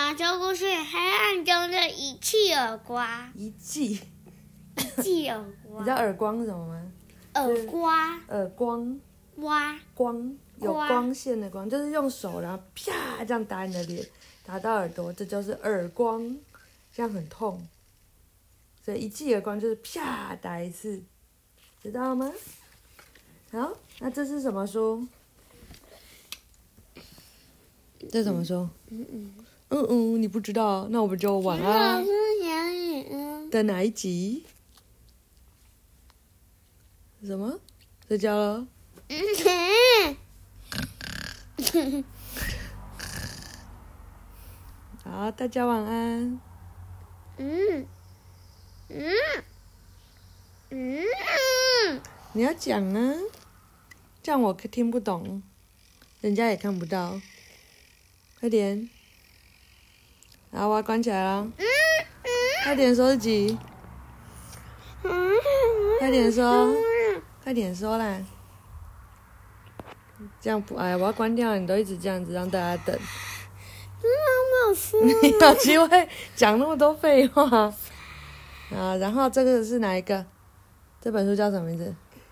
吗？这故事黑暗中的一记耳刮。 一记耳刮。 你知道耳光是什么吗？ 耳刮。 耳光。光有光线的光，就是用手然后啪这样打你的脸，打到耳朵，这就是耳光，这样很痛。所以一记耳光就是啪打一次，知道吗？好，那这是什么书？这什么书？你不知道，那我们就晚安。的哪一集？什么？睡觉了？好，大家晚安。你要讲啊，这样我听不懂，人家也看不到。快点，好，我要关起来了。快点说自己，快点说，快点说啦。这样不，我要关掉了，你都一直这样子让大家等。你有机会讲那么多废话啊！然后这个是哪一个？这本书叫什么名字？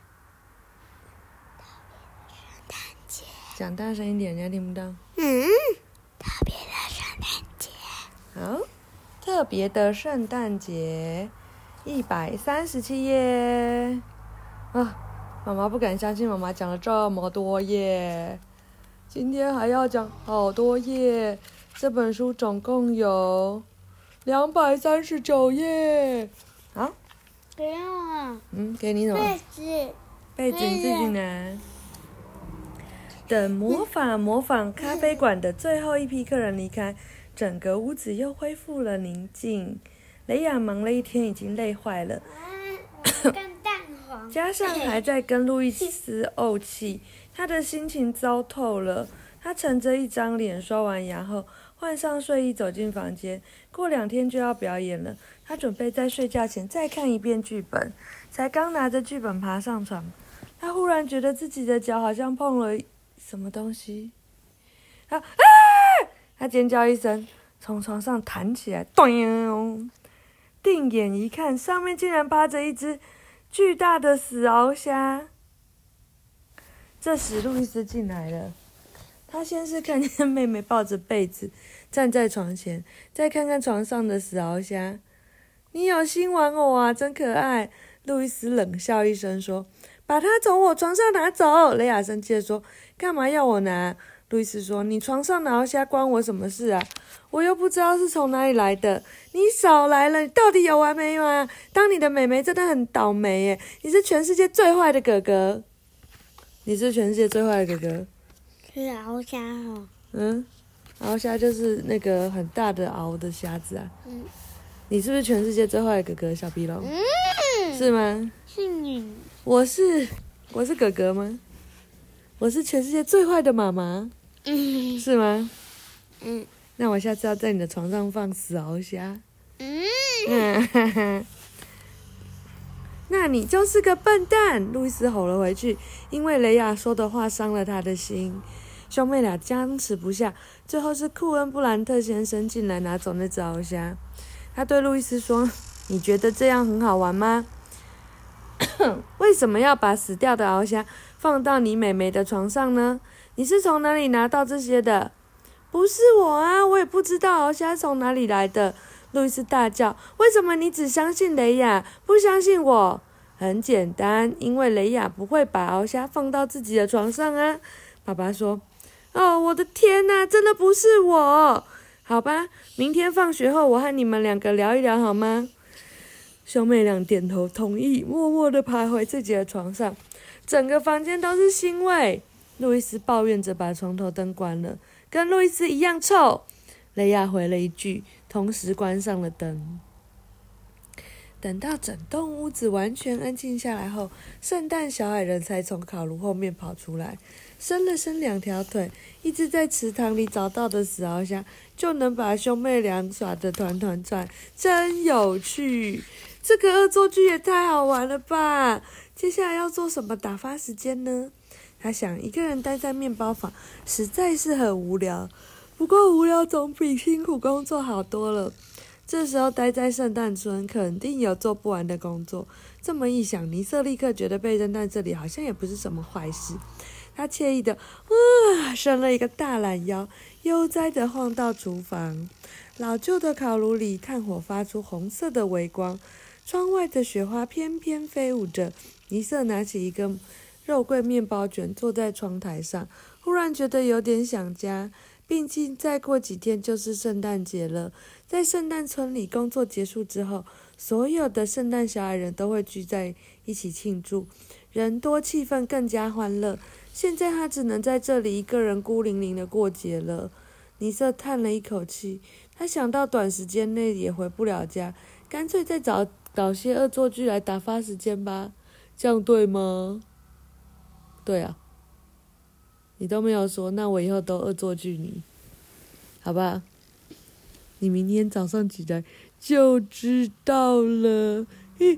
讲大声一点，人家听不到。 特别的圣诞节。 好，特别的圣诞节，137页。啊，妈妈不敢相信，妈妈讲了这么多页，今天还要讲好多页。这本书总共有239页。好， 不用啊。 给你什么？被子你自己拿。等魔法咖啡馆的最后一批客人离开，整个屋子又恢复了宁静。雷亚忙了一天，已经累坏了，加上还在跟路易斯怄气，他的心情糟透了。他沉着一张脸，刷完牙后换上睡衣走进房间。过2天就要表演了，他准备在睡觉前再看一遍剧本。才刚拿着剧本爬上床，他忽然觉得自己的脚好像碰了什么东西。他尖叫一声，从床上弹起来，咚！定眼一看，上面竟然趴着一只巨大的死鳌虾。这时路易斯进来了，他先是看见妹妹抱着被子站在床前，再看看床上的死鳌虾。你有新玩偶啊，真可爱。路易斯冷笑一声说，把它从我床上拿走。雷亚生气地说，干嘛要我拿？路易斯说，你床上的鳌虾关我什么事啊？我又不知道是从哪里来的。你少来了，你到底有完没完啊？当你的妹妹真的很倒霉耶，你是全世界最坏的哥哥。你是全世界最坏的哥哥。 是鳌虾哦。 鳌虾就是那个很大的鳌的虾子啊。你是不是全世界最坏的哥哥，小皮龙？是吗？ 是你。 我是哥哥吗？我是全世界最坏的妈妈。是吗？那我下次要在你的床上放死鳌虾。那你就是个笨蛋！路易斯吼了回去，因为雷亚说的话伤了他的心。兄妹俩僵持不下，最后是库恩布兰特先生进来拿走那只鳌虾。他对路易斯说，你觉得这样很好玩吗？为什么要把死掉的鳌虾放到你妹妹的床上呢？你是从哪里拿到这些的？不是我啊，我也不知道鳌虾从哪里来的。路易斯大叫，为什么你只相信雷亚，不相信我？很简单，因为雷亚不会把鳌虾放到自己的床上啊。爸爸说，我的天哪，真的不是我。好吧，明天放学后我和你们2个聊一聊好吗？兄妹俩点头同意，默默地爬回自己的床上。整个房间都是腥味。路易斯抱怨着把床头灯关了，跟路易斯一样臭。雷亚回了一句，同时关上了灯。等到整栋屋子完全安静下来后，圣诞小矮人才从烤炉后面跑出来，伸了伸2条腿，一只在池塘里找到的死鳌虾就能把兄妹俩耍得团团转，真有趣！这个恶作剧也太好玩了吧！接下来要做什么打发时间呢？他想，一个人待在面包房实在是很无聊。 不过无聊总比辛苦工作好多了。这时候待在圣诞村肯定有做不完的工作。这么一想，尼瑟立刻觉得被扔在这里好像也不是什么坏事。他惬意的伸了一个大懒腰，悠哉的晃到厨房。老旧的烤炉里，炭火发出红色的微光，窗外的雪花翩翩飞舞着。尼瑟拿起一个肉桂面包卷，坐在窗台上，忽然觉得有点想家。毕竟再过几天就是圣诞节了，在圣诞村里工作结束之后，所有的圣诞小矮人都会聚在一起庆祝，人多气氛更加欢乐。现在他只能在这里一个人孤零零的过节了。尼瑟叹了一口气，他想到短时间内也回不了家，干脆再找些恶作剧来打发时间吧。这样对吗？对啊。你都没有说，那我以后都恶作剧你，好吧？你明天早上起来就知道了。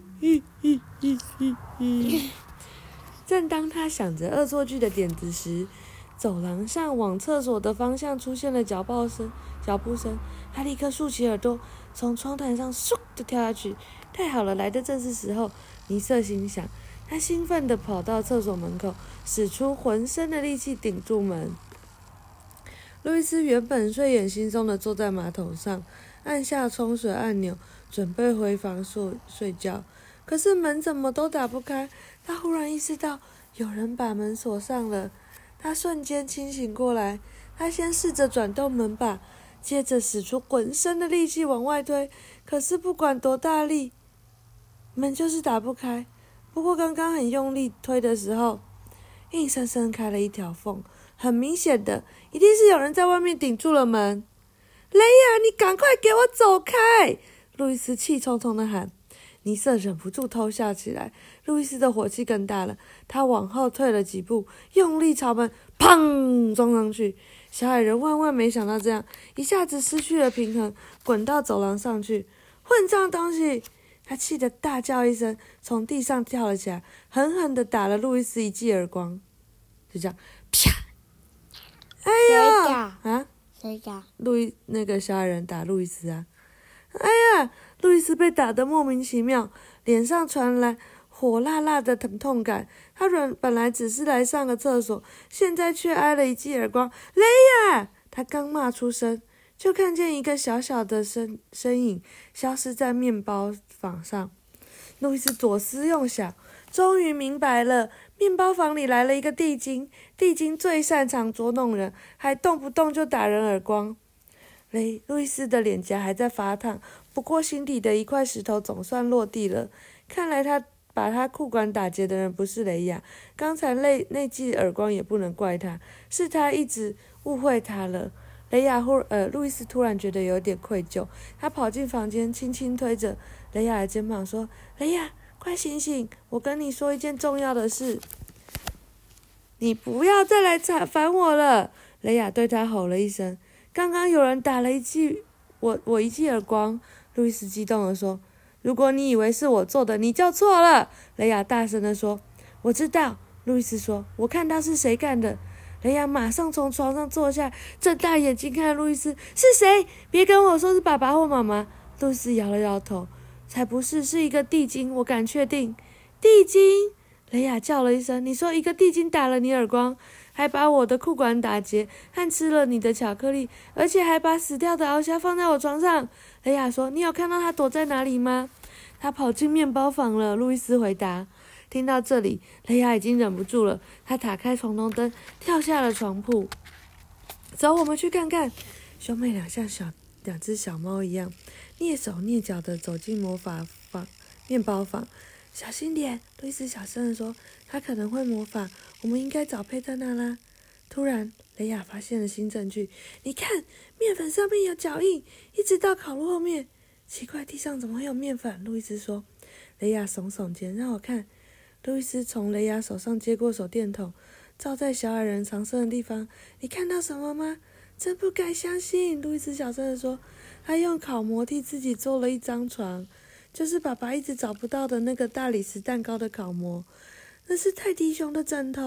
正当他想着恶作剧的点子时，走廊上往厕所的方向出现了脚步声。他立刻竖起耳朵，从窗台上嗖就跳下去。太好了，来的正是时候。尼瑟心想。他兴奋地跑到厕所门口，使出浑身的力气顶住门。路易斯原本睡眼惺忪地坐在马桶上，按下冲水按钮，准备回房睡觉。可是门怎么都打不开，他忽然意识到有人把门锁上了。他瞬间清醒过来，他先试着转动门把，接着使出浑身的力气往外推，可是不管多大力，门就是打不开。不过刚刚很用力推的时候，硬生生开了一条缝，很明显的，一定是有人在外面顶住了门。雷亚，你赶快给我走开！路易斯气冲冲地喊。尼瑟忍不住偷笑起来。路易斯的火气更大了，他往后退了几步，用力朝门砰撞上去。小矮人万万没想到这样，一下子失去了平衡，滚到走廊上去。混账东西！他气得大叫一声，从地上跳了起来，狠狠地打了路易斯一记耳光。就这样，啪！哎呀！ 谁打？ 那个小矮人打路易斯啊！哎呀！路易斯被打得莫名其妙，脸上传来火辣辣的疼痛感。他本来只是来上个厕所，现在却挨了一记耳光。雷亚！他刚骂出声，就看见一个小小的身影消失在面包坊上。路易斯左思右想，终于明白了，面包房里来了一个地精。地精最擅长捉弄人，还动不动就打人耳光。路易斯的脸颊还在发烫，不过心底的一块石头总算落地了。看来他把他裤管打结的人不是雷亚，刚才那记耳光也不能怪他，是他一直误会他了。路易斯突然觉得有点愧疚，他跑进房间，轻轻推着雷亚的肩膀说：“雷亚，快醒醒！我跟你说一件重要的事。”你不要再来烦我了！雷亚对他吼了一声。刚刚有人打了我一记耳光。路易斯激动地说：“如果你以为是我做的，你就错了。”雷亚大声地说：“我知道。”路易斯说：“我看到是谁干的。”雷亚马上从床上坐下，睁大眼睛看路易斯：“是谁？别跟我说是爸爸或妈妈。”路易斯摇了摇头：“才不是，是一个地精，我敢确定。”地精！雷亚叫了一声：“你说一个地精打了你耳光，还把我的裤管打结，还吃了你的巧克力，而且还把死掉的鳌虾放在我床上。”雷亚说：“你有看到他躲在哪里吗？”他跑进面包房了。路易斯回答。听到这里，雷亚已经忍不住了，他打开床头灯，跳下了床铺。走，我们去看看。兄妹俩像两只小猫一样，蹑手蹑脚地走进面包房。小心点，路易斯小声地说，他可能会魔法，我们应该找佩特娜拉。突然，雷亚发现了新证据，你看，面粉上面有脚印，一直到烤炉后面。奇怪，地上怎么会有面粉？路易斯说。雷亚耸耸肩，让我看。路易斯从雷亚手上接过手电筒，照在小矮人藏身的地方。你看到什么吗？真不敢相信，路易斯小声地说。他用烤模替自己做了一张床，就是爸爸一直找不到的那个大理石蛋糕的烤模。那是泰迪熊的枕头。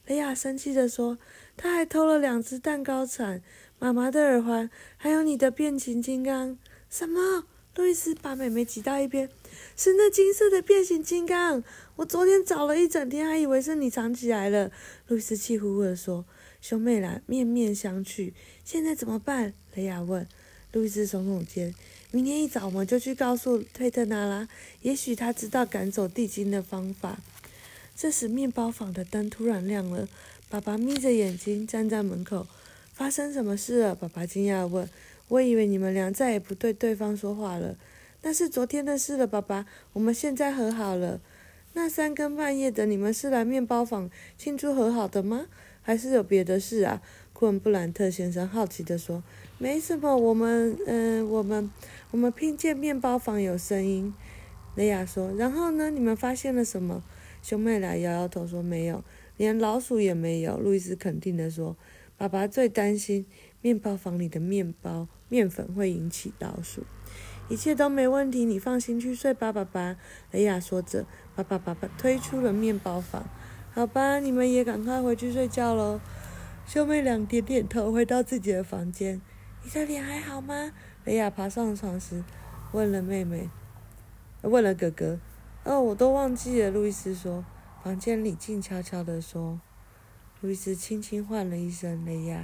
雷亚生气地说，他还偷了2只蛋糕铲、妈妈的耳环，还有你的变形金刚。什么？路易斯把妹妹挤到一边，是那金色的变形金刚，我昨天找了一整天，还以为是你藏起来了。路易斯气呼呼地说。兄妹俩面面相觑，现在怎么办？雷亚问。路易斯耸耸肩，明天一早我们就去告诉佩特纳拉，也许他知道赶走地精的方法。这时面包房的灯突然亮了，爸爸眯着眼睛站在门口。发生什么事了？爸爸惊讶地问。我以为你们俩再也不对对方说话了。那是昨天的事了，爸爸，我们现在和好了。那3更半夜的，你们是来面包房庆祝和好的吗？还是有别的事啊？库恩布兰特先生好奇地说。没什么，我们听见面包房有声音。雷亚说。然后呢？你们发现了什么？兄妹俩摇摇头说没有，连老鼠也没有。路易斯肯定地说。爸爸最担心面包房里的面粉会引起老鼠。一切都没问题，你放心去睡吧，爸爸。雷亚说着，把爸爸推出了面包房。好吧，你们也赶快回去睡觉喽。兄妹俩点点头，回到自己的房间。你的脸还好吗？雷亚爬上床时问了哥哥。我都忘记了，路易斯说。房间里静悄悄地说。路易斯轻轻唤了一声雷亚。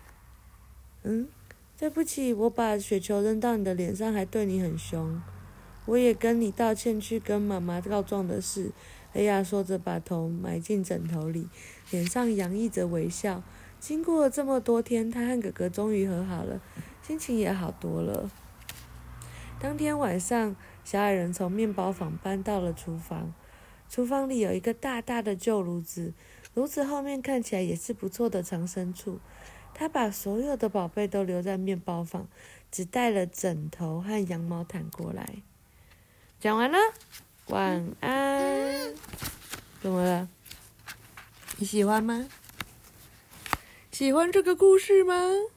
对不起，我把雪球扔到你的脸上，还对你很凶。我也跟你道歉，去跟妈妈告状的事。雷亚说着，把头埋进枕头里，脸上洋溢着微笑。经过了这么多天，他和哥哥终于和好了，心情也好多了。当天晚上，小矮人从面包房搬到了厨房。厨房里有一个大大的旧炉子，炉子后面看起来也是不错的藏身处。他把所有的宝贝都留在面包房，只带了枕头和羊毛毯过来。讲完了，晚安。怎么了？你喜欢吗？喜欢这个故事吗？